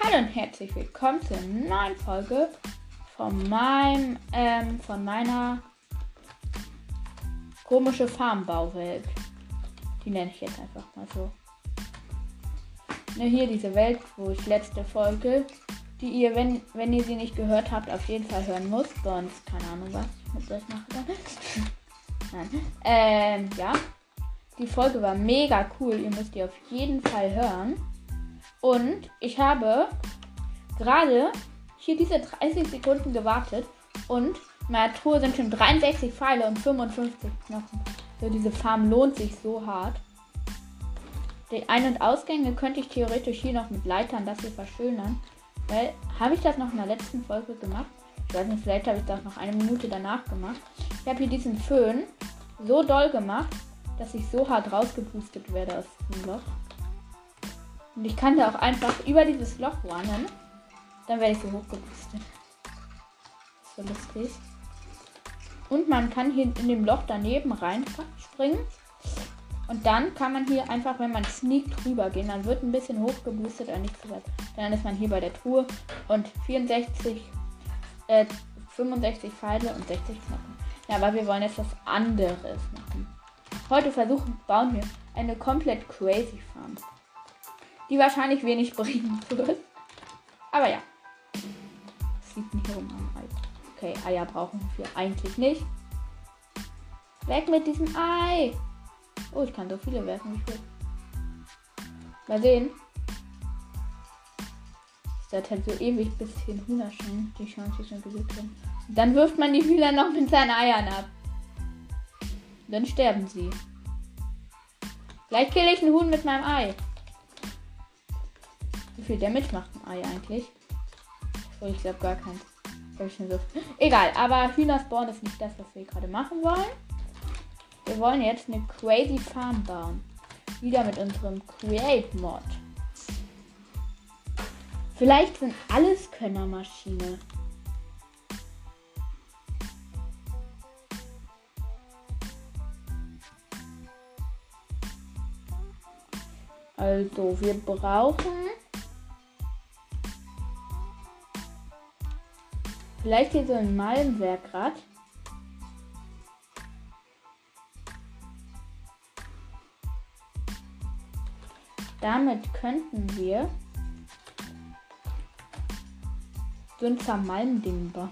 Hallo und herzlich willkommen zur neuen Folge von meiner komische Farmbauwelt. Die nenne ich jetzt einfach mal so. Hier diese Welt, wo ich letzte Folge, die ihr, wenn ihr sie nicht gehört habt, auf jeden Fall hören müsst. Sonst, keine Ahnung, was ich mit euch mache. Nein. Ja. Die Folge war mega cool. Ihr müsst die auf jeden Fall hören. Und ich habe gerade hier diese 30 Sekunden gewartet. Und in meiner Truhe sind schon 63 Pfeile und 55 Knochen. So, diese Farm lohnt sich so hart. Die Ein- und Ausgänge könnte ich theoretisch hier noch mit Leitern das hier verschönern. Weil, habe ich das noch in der letzten Folge gemacht? Ich weiß nicht, vielleicht habe ich das noch eine Minute danach gemacht. Ich habe hier diesen Föhn so doll gemacht, dass ich so hart rausgepustet werde aus diesem Loch. Und ich kann da auch einfach über dieses Loch runnen. Dann werde ich so hochgepustet. So lustig. Und man kann hier in dem Loch daneben reinspringen. Und dann kann man hier einfach, wenn man sneakt, drüber gehen. Dann wird ein bisschen hochgeboostet, aber nicht so weit. Dann ist man hier bei der Truhe und 65 Pfeile und 60 Knochen. Ja, aber wir wollen jetzt was anderes machen. Heute bauen wir eine komplett crazy Farm. Die wahrscheinlich wenig bringen wird. Aber ja. Was liegt denn hier rum am Ei? Okay, Eier brauchen wir eigentlich nicht. Weg mit diesem Ei! Oh, ich kann so viele werfen, wie ich will. Mal sehen. Es dauert halt so ewig, bis hier ein Hühnerchen die Chance schon gelegt werden. Dann wirft man die Hühner noch mit seinen Eiern ab. Dann sterben sie. Gleich kill ich ein Huhn mit meinem Ei. Wie viel Damage macht ein Ei eigentlich? Oh, ich glaube gar keins. Egal, aber Hühnerspawn ist nicht das, was wir gerade machen wollen. Wir wollen jetzt eine crazy Farm bauen. Wieder mit unserem Create-Mod. Vielleicht sind Alleskönner-Maschine. Also, wir brauchen vielleicht hier so ein Malmwerkrad. Damit könnten wir so ein Zermalm-Ding bauen.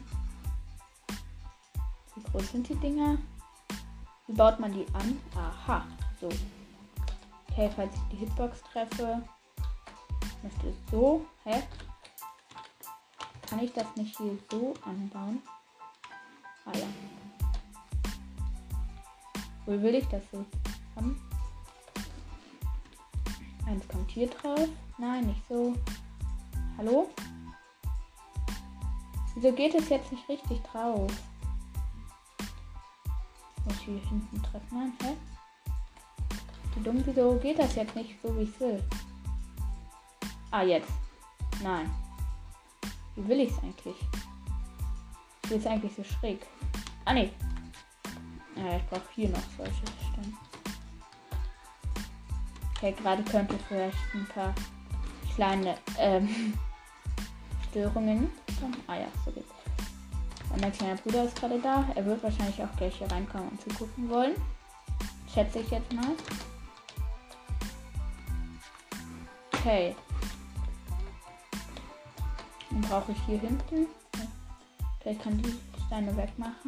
Wie groß sind die Dinger? Wie baut man die an? Aha, so. Okay, falls ich die Hitbox treffe, müsste es so. Hä? Kann ich das nicht hier so anbauen? Ah ja. Wo will ich das so haben? Eins kommt hier drauf. Nein, nicht so. Hallo? Wieso geht es jetzt nicht richtig drauf? Muss ich hier hinten treffen? Nein, hä? Wie dumm, wieso geht das jetzt nicht so, wie ich will? Ah, jetzt. Nein. Wie will ich es eigentlich? Wie ist eigentlich so schräg? Ah, nee. Ja, ich brauche hier noch solche Stellen. Okay, gerade könnte vielleicht ein paar kleine Störungen kommen. Ah ja, so geht's. Und mein kleiner Bruder ist gerade da. Er wird wahrscheinlich auch gleich hier reinkommen und zugucken wollen. Schätze ich jetzt mal. Okay. Dann brauche ich hier hinten. Vielleicht kann die Steine wegmachen.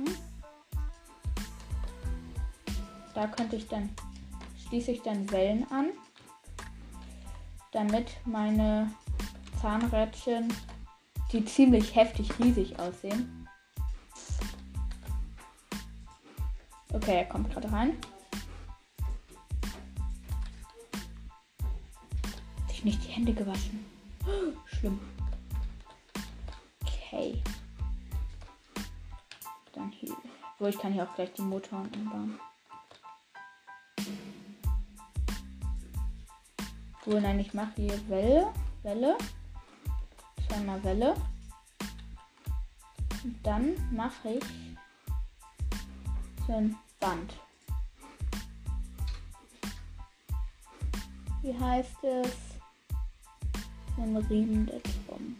Da könnte ich dann, schließe ich dann Wellen an, damit meine Zahnrädchen, die ziemlich heftig riesig aussehen. Okay, er kommt gerade rein. Hat sich nicht die Hände gewaschen. Schlimm. Okay. Dann hier. Wo ich kann hier auch gleich die Motoren anbauen. So, nein, ich mache hier Welle. Zweimal Welle. Und dann mache ich so ein Band. Wie heißt es? Den Riemen da drum.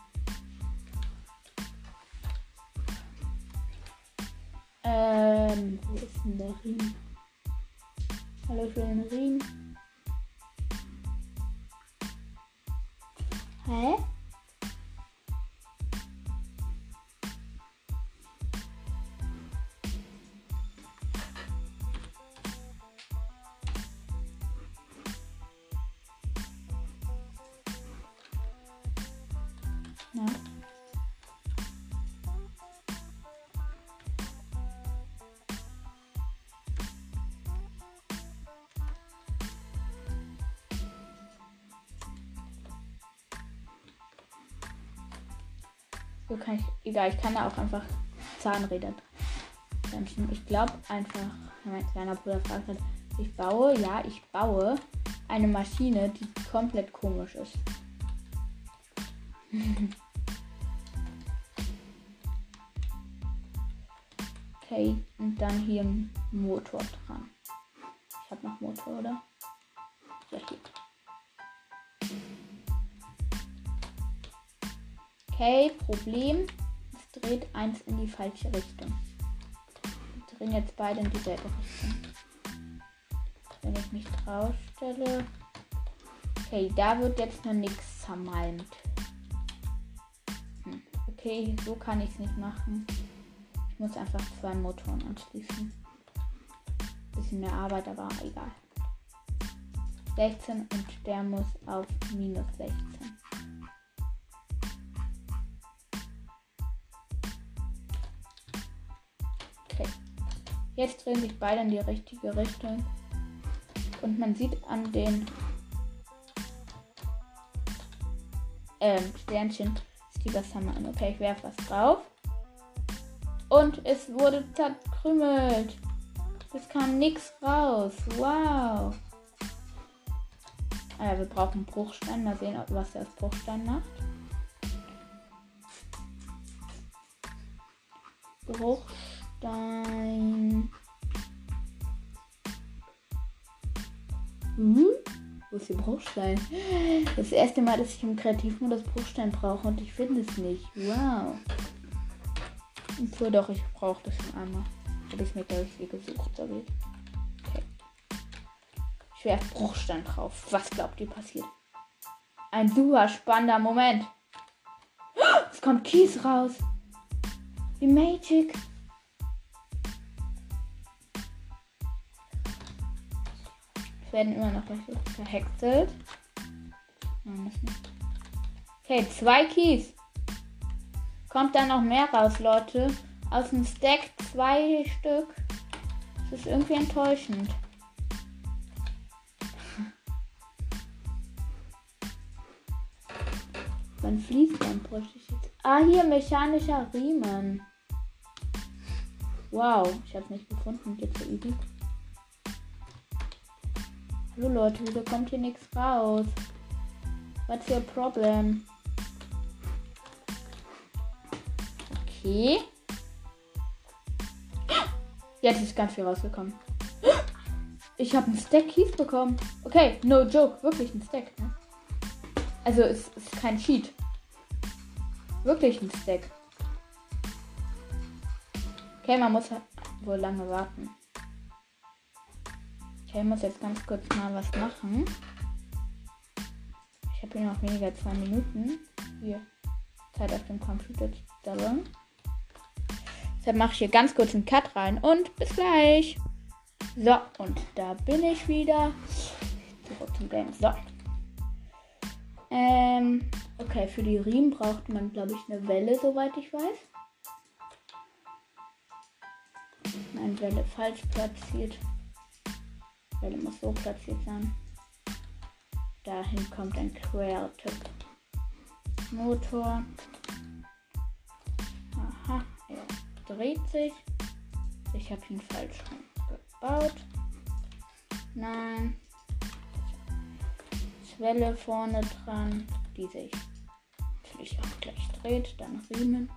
Wo ist denn der Riemen? Hallo, für den Riemen. Hä? Ja. So kann egal, ich kann da auch einfach Zahnräder dran. Ich glaube einfach, wenn mein kleiner Bruder fragt hat, ich baue eine Maschine, die komplett komisch ist. Okay, und dann hier ein Motor dran. Ich habe noch Motor, oder? Ja, hier. Okay, Problem. Es dreht eins in die falsche Richtung. Wir drehen jetzt beide in dieselbe Richtung. Wenn ich mich drauf stelle. Okay, da wird jetzt noch nichts zermalmt. Okay, so kann ich es nicht machen. Ich muss einfach 2 Motoren anschließen. Bisschen mehr Arbeit, aber egal. 16 und der muss auf minus 16. Okay. Jetzt drehen sich beide in die richtige Richtung. Und man sieht an den Sternchen, dass die was haben. Okay, ich werfe was drauf. Und es wurde zerkrümmelt. Es kam nichts raus. Wow. Ah ja, wir brauchen Bruchstein. Mal sehen, was der aus Bruchstein macht. Bruchstein. Wo ist der Bruchstein? Das erste Mal, dass ich im Kreativmodus Bruchstein brauche und ich finde es nicht. Wow. Doch, ich brauche das schon einmal. Habe ich mir, glaube ich, hier gesucht. Okay. Ich werfe Bruchstein drauf. Was glaubt ihr passiert? Ein super spannender Moment. Es kommt Kies raus. Wie Magic. Es werden immer noch welche verhäckselt. Nein, das nicht. Okay, 2 Kies. Kommt da noch mehr raus, Leute? Aus dem Stack 2 Stück. Das ist irgendwie enttäuschend. Wann fließt dann bräuchte ich jetzt? Ah, hier mechanischer Riemen. Wow, ich habe es nicht gefunden. Geht so easy. Hallo Leute, wieso kommt hier nichts raus? What's your problem? Okay. Jetzt ist ganz viel rausgekommen. Ich habe einen Stack Kies bekommen. Okay, no joke. Wirklich ein Stack. Ne? Also es ist kein Cheat. Wirklich ein Stack. Okay, man muss halt wohl lange warten. Okay, ich muss jetzt ganz kurz mal was machen. Ich habe hier noch weniger als 2 Minuten. Hier. Zeit auf dem Computer zu dauern. Deshalb mache ich hier ganz kurz einen Cut rein und bis gleich. So, und da bin ich wieder. Zurück zum Game. So. Okay, für die Riemen braucht man, glaube ich, eine Welle, soweit ich weiß. Nein, Welle falsch platziert. Welle muss so platziert sein. Dahin kommt ein Quertip. Motor. Aha, er dreht sich. Ich habe ihn falsch gebaut. Nein. Welle vorne dran, die sich natürlich auch gleich dreht. Dann Riemen.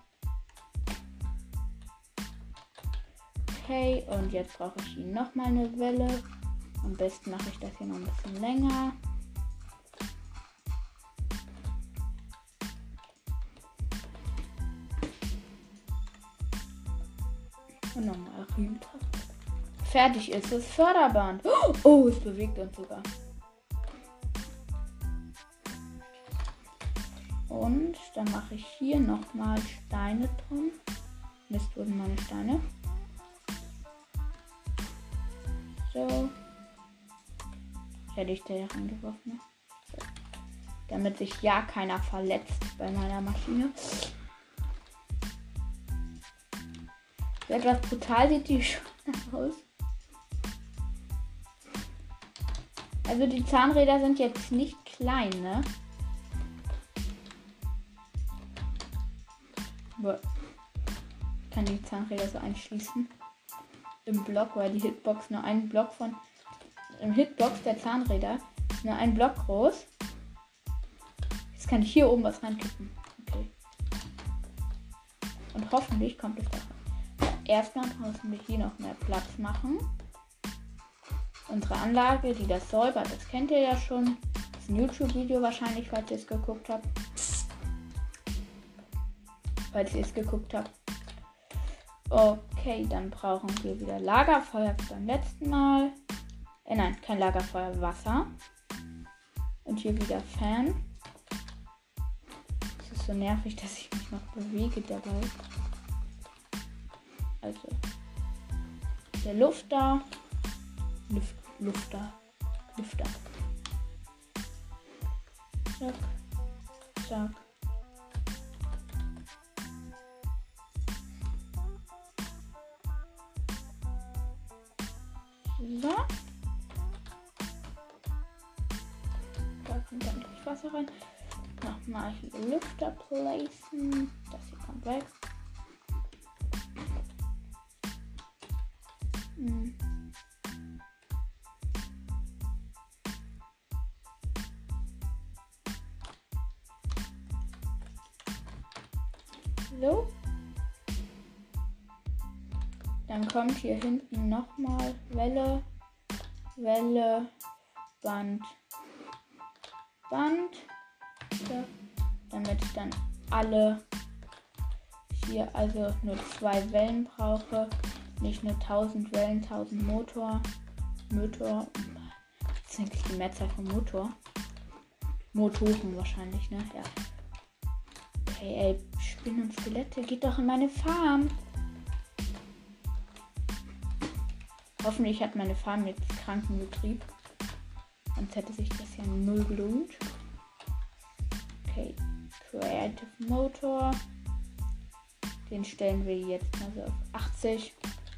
Okay, und jetzt brauche ich hier nochmal eine Welle. Am besten mache ich das hier noch ein bisschen länger. fertig ist das Förderband. Oh, es bewegt uns sogar. Und dann mache ich hier nochmal Steine drum. Mist, wurden meine Steine. So. Hätte ich da reingeworfen. So. Damit sich ja keiner verletzt bei meiner Maschine. So etwas brutal sieht die schon aus. Also die Zahnräder sind jetzt nicht klein, ne? Ich kann die Zahnräder so einschließen. Im Block, weil die Hitbox nur einen Block von... Im Hitbox der Zahnräder ist nur ein Block groß. Jetzt kann ich hier oben was reinkippen. Okay. Und hoffentlich kommt es da rein. Erstmal müssen wir hier noch mehr Platz machen. Unsere Anlage, die das säubert, das kennt ihr ja schon. Das ist ein YouTube-Video wahrscheinlich, falls ihr es geguckt habt. Okay, dann brauchen wir wieder Lagerfeuer wie beim letzten Mal. Nein, kein Lagerfeuer, Wasser. Und hier wieder Fan. Es ist so nervig, dass ich mich noch bewege dabei. Also, der Lüfter. Lüfter. Zack, zack. So. Da kommt dann gleich Wasser rein. Nochmal hier Lüfter placen. Das hier kommt weg. So. Dann kommt hier hinten nochmal Welle, Band. So. Damit ich dann alle hier also nur 2 Wellen brauche. Nicht nur 1000 Wellen, 1000 Motor. Das ist eigentlich die Mehrzahl von Motor. Motoren wahrscheinlich, ne? Ja. Okay, ey, Spinnen und Skelette, geht doch in meine Farm. Hoffentlich hat meine Farm jetzt Krankenbetrieb. Sonst hätte sich das ja null gelohnt. Okay, Creative Motor. Den stellen wir jetzt mal so auf 80.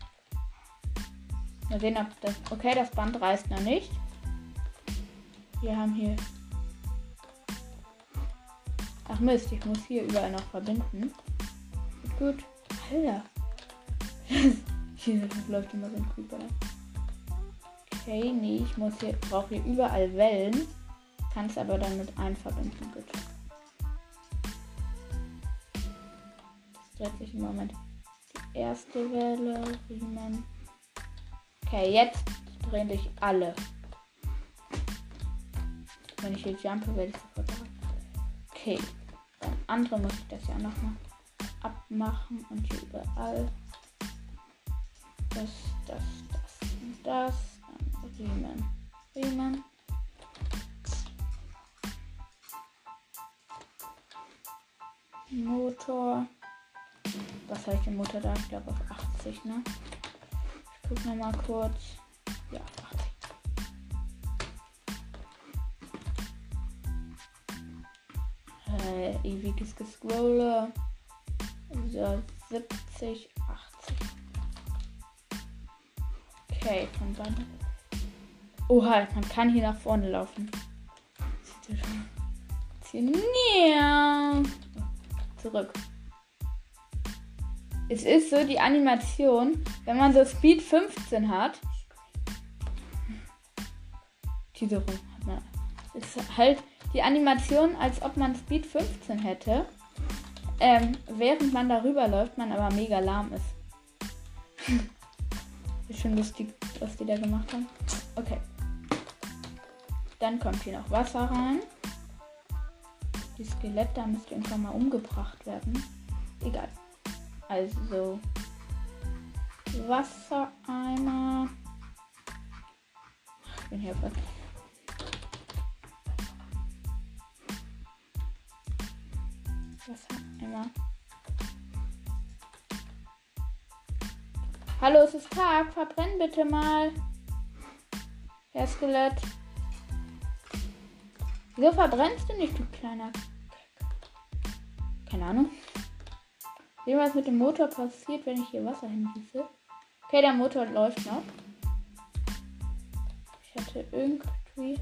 Mal sehen, ob das... Okay, das Band reißt noch nicht. Wir haben hier... Ach Mist, ich muss hier überall noch verbinden. Gut. Alter. Hier läuft immer so ein Creeper. Okay, nee, brauche hier überall Wellen. Kann es aber dann mit einem verbinden, gut. Das dreht sich im Moment die erste Welle. Riemen. Okay, jetzt drehen sich alle. Wenn ich jetzt jumpe, werde ich sofort da. Okay, beim anderen muss ich das ja nochmal abmachen und hier überall. Das und das. Dann Riemen. Motor. Was habe ich den Motor da? Ich glaube auf 80, ne? Ich gucke nochmal kurz. Ja, 80. Ewiges Gescrolle. So, 70, 80. Okay, von dann. Oha, man kann hier nach vorne laufen. Zurück. Es ist so die Animation, wenn man so Speed 15 hat. Diese rum hat man. Ist halt die Animation, als ob man Speed 15 hätte. Während man darüber läuft, man aber mega lahm ist. Ist schon lustig, was die da gemacht haben. Okay. Dann kommt hier noch Wasser rein. Die Skelette müsste irgendwann mal umgebracht werden. Egal. Also Wassereimer. bin hier fast. Was haben wir immer? Hallo, es ist Tag. Verbrenn bitte mal. Herr Skelett. Wieso verbrennst du nicht, du kleiner Keck? Keine Ahnung. Sehen, was mit dem Motor passiert, wenn ich hier Wasser hingieße. Okay, der Motor läuft noch. Ich hatte irgendwie...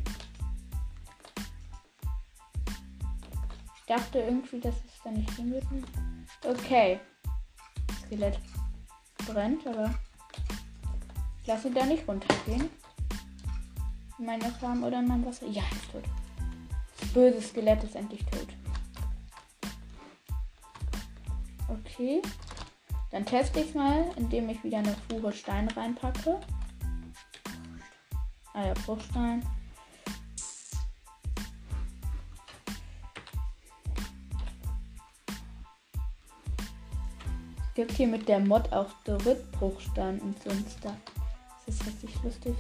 Ich dachte irgendwie, dass es da nicht hin wird. Okay. Skelett brennt, aber ich lasse ihn da nicht runtergehen. Meine Farm oder mein Wasser. Ja, ist tot. Das böse Skelett ist endlich tot. Okay. Dann teste ich es mal, indem ich wieder eine Fuhre Stein reinpacke. Ah ja, Bruchstein. Es gibt hier mit der Mod auch Dorrit-Bruchstein und so ein Stuff. Das ist richtig lustig.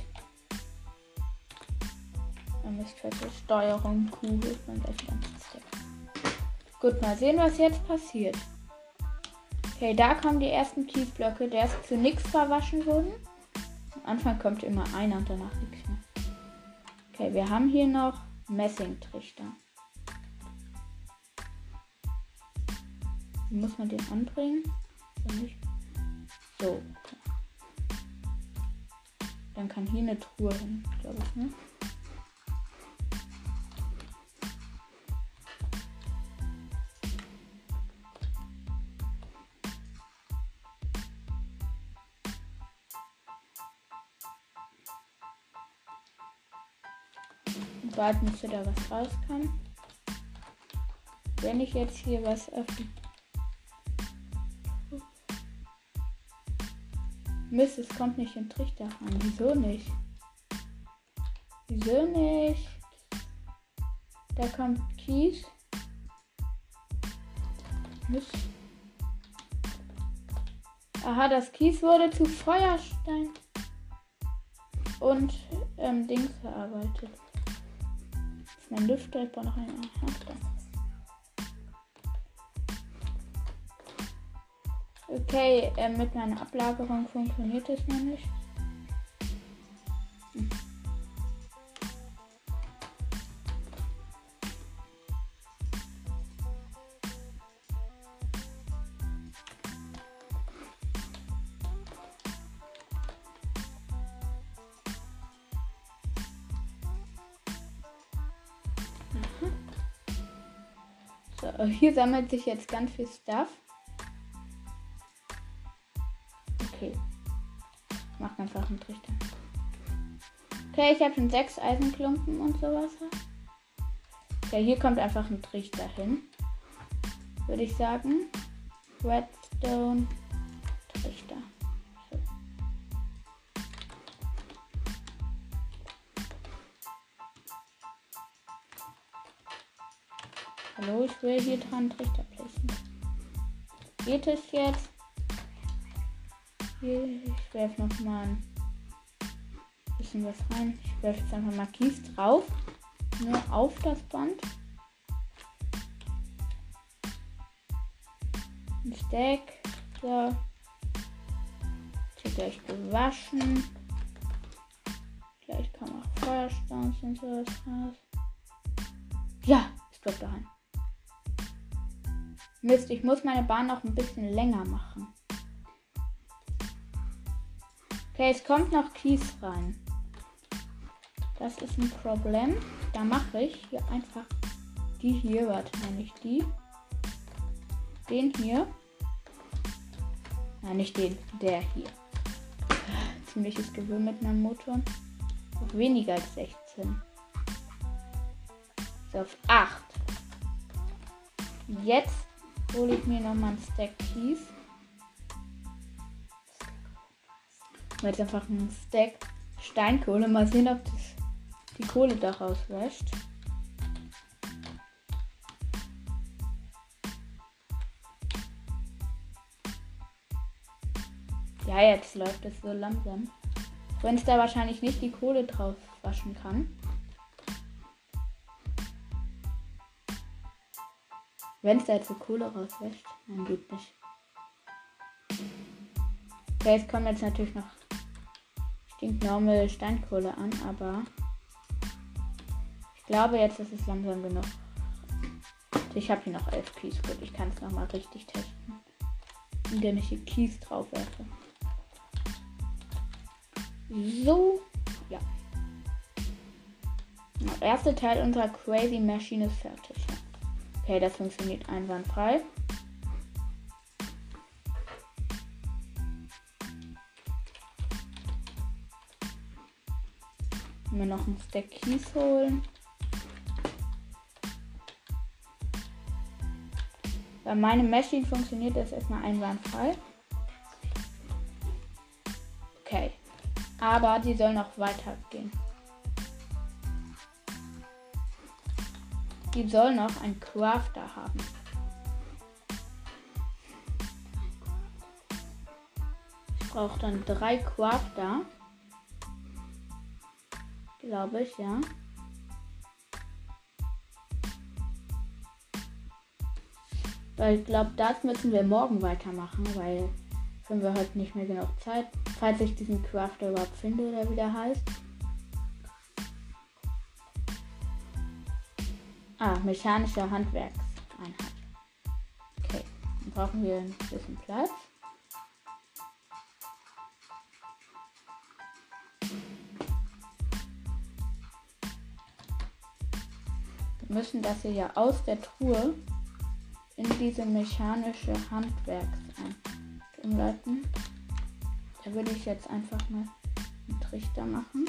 Steuerung, Kugel und das ganze Step. Gut, mal sehen, was jetzt passiert. Okay, da kommen die ersten Kiesblöcke, der ist zu nichts verwaschen wurden. Am Anfang kommt immer einer und danach nichts mehr. Okay, wir haben hier noch Messingtrichter. Wie muss man den anbringen? So nicht. So. Dann kann hier eine Truhe hin, glaube ich, ne? Bald müsste da was rauskommen. Wenn ich jetzt hier was öffne. Mist, es kommt nicht in den Trichter rein. Wieso nicht? Wieso nicht? Da kommt Kies. Mist. Aha, das Kies wurde zu Feuerstein und Dings verarbeitet. Mein Lüfter, ich brauche noch einen. Okay, mit meiner Ablagerung funktioniert das noch nicht. So, hier sammelt sich jetzt ganz viel Stuff. Okay. Ich mach einfach einen Trichter. Okay, ich habe schon 6 Eisenklumpen und sowas. Okay, hier kommt einfach ein Trichter hin. Würde ich sagen. Redstone Trichter. So. Hallo, ich will hier dran Trichter placen. Geht es jetzt? Hier, ich werfe noch mal ein bisschen was rein. Ich werfe jetzt einfach mal Kies drauf. Nur auf das Band. Ein Stack. So. Hier gleich gewaschen. Gleich kommen auch Feuersteine und sowas raus. Ja, es bleibt da rein. Mist, ich muss meine Bahn noch ein bisschen länger machen. Okay, es kommt noch Kies rein. Das ist ein Problem. Da mache ich hier einfach die hier. Warte, nenne ich die. Den hier. Nein, nicht den. Der hier. Ziemliches Gewirr mit meinem Motor. Auf weniger als 16. So, auf 8. Jetzt hole ich mir nochmal einen Stack Kies. Jetzt einfach einen Stack Steinkohle. Mal sehen, ob das die Kohle daraus wäscht. Ja, jetzt läuft es so langsam. Wenn es da wahrscheinlich nicht die Kohle drauf aufwaschen kann. Wenn es da jetzt so Kohle rauswäscht, dann geht nicht. Okay, es kommt jetzt natürlich noch stinknormale Steinkohle an, aber ich glaube jetzt ist es langsam genug. Ich habe hier noch 11 Kies. Gut, ich kann es nochmal richtig testen, indem ich hier Kies drauf werfe. So, ja. Der erste Teil unserer Crazy Machine ist fertig. Okay, das funktioniert einwandfrei. Mir noch ein Stack Kies holen. Bei meinem Machine funktioniert das erstmal einwandfrei. Okay. Aber die soll noch weitergehen. Die soll noch einen Crafter haben. Ich brauche dann 3 Crafter. Glaube ich, ja. Weil ich glaube, das müssen wir morgen weitermachen, weil haben wir heute nicht mehr genug Zeit. Falls ich diesen Crafter überhaupt finde oder wie der heißt. Mechanische Handwerkseinheit. Okay, dann brauchen wir ein bisschen Platz. Wir müssen das hier ja aus der Truhe in diese mechanische Handwerkseinheit umleiten. Da würde ich jetzt einfach mal einen Trichter machen.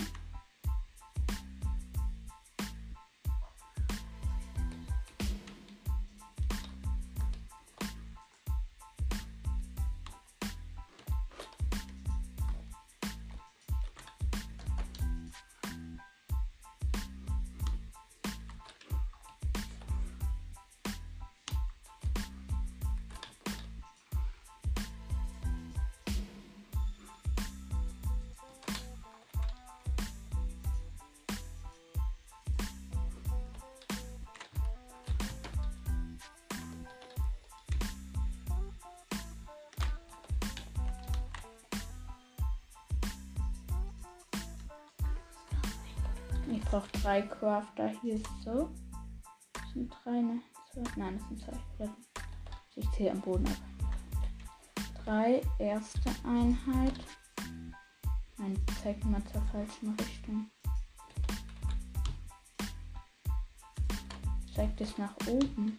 Ich brauche 3 Crafter. Hier ist so. Das sind 3, ne? 2. Nein, das sind 2. Ich zähle am Boden ab. 3, erste Einheit. Nein, zeigt mal zur falschen Richtung. Zeigt es nach oben.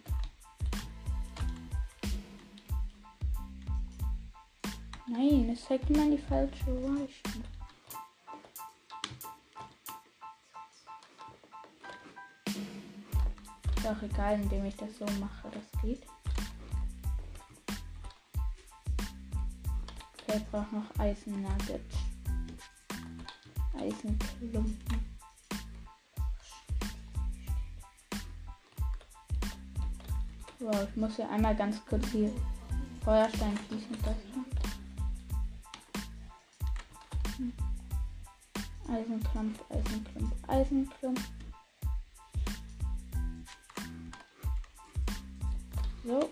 Nein, es zeigt immer in die falsche Richtung. Ist auch egal, indem ich das so mache, das geht. Okay, ich brauche noch Eisennuggets. Eisenklumpen. Wow, ich muss hier einmal ganz kurz hier Feuerstein fließen lassen. Eisenklump, Eisenklump, Eisenklump. So.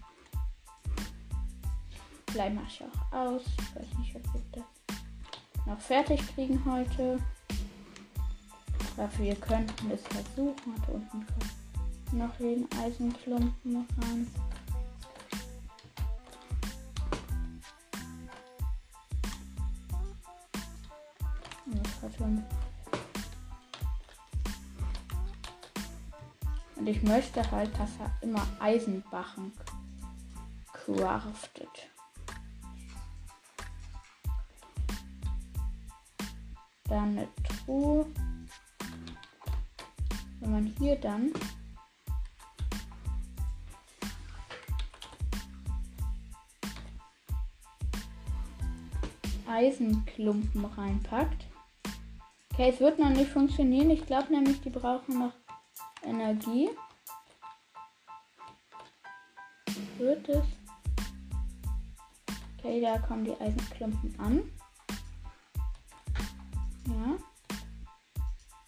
Vielleicht mache ich auch aus. Ich weiß nicht, ob wir das noch fertig kriegen heute. Dafür, wir könnten es versuchen. Da unten kommt noch jeden Eisenklumpen rein. Und ich möchte halt, dass er immer Eisenbarren craftet. Dann eine Truhe. Wenn man hier dann Eisenklumpen reinpackt. Okay, es wird noch nicht funktionieren. Ich glaube nämlich, die brauchen noch Energie. Wird es? Okay, da kommen die Eisenklumpen an. Ja.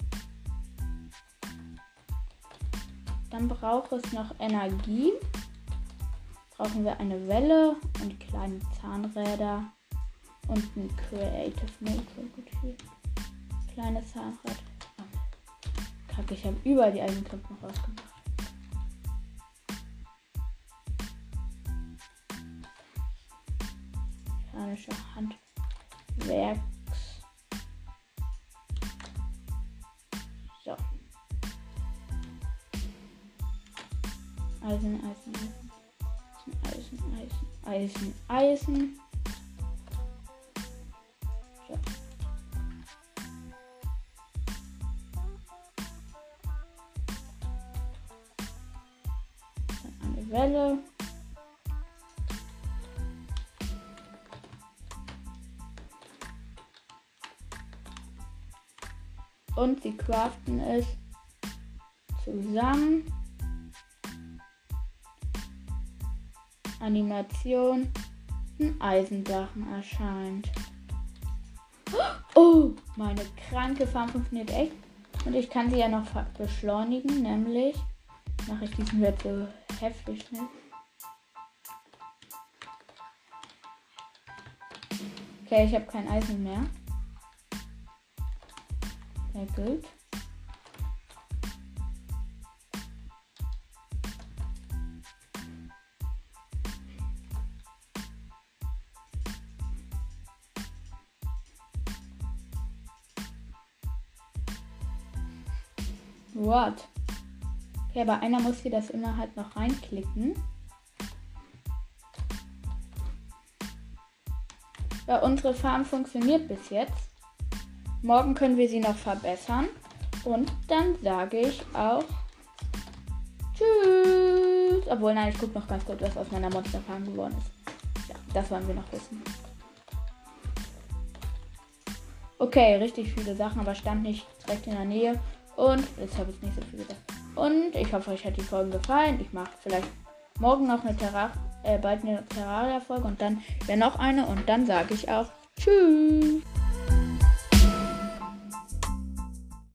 Dann braucht es noch Energie. Brauchen wir eine Welle und kleine Zahnräder und ein Creative Mode. Gut, hier. Kleine Zahnrad. Kacke, ich habe überall die Eisenknöpfe noch rausgemacht. Mechanische Handwerks. So. Eisen. So. Dann eine Welle. Und sie craften es zusammen. Animation. Ein Eisensachen erscheint. Oh, meine kranke Farm funktioniert echt. Und ich kann sie ja noch beschleunigen, nämlich mache ich diesen Wert so heftig schnell. Okay, ich habe kein Eisen mehr. Sehr gut. What? Okay, aber einer muss hier das immer halt noch reinklicken. Ja, unsere Farm funktioniert bis jetzt. Morgen können wir sie noch verbessern. Und dann sage ich auch tschüss. Obwohl, nein, ich gucke noch ganz kurz, was aus meiner Monsterfarm geworden ist. Ja, das wollen wir noch wissen. Okay, richtig viele Sachen, aber stand nicht direkt in der Nähe. Und jetzt habe ich nicht so viel gesagt. Und ich hoffe, euch hat die Folge gefallen. Ich mache vielleicht morgen noch eine bald eine Terraria-Folge und dann noch eine. Und dann sage ich auch tschüss.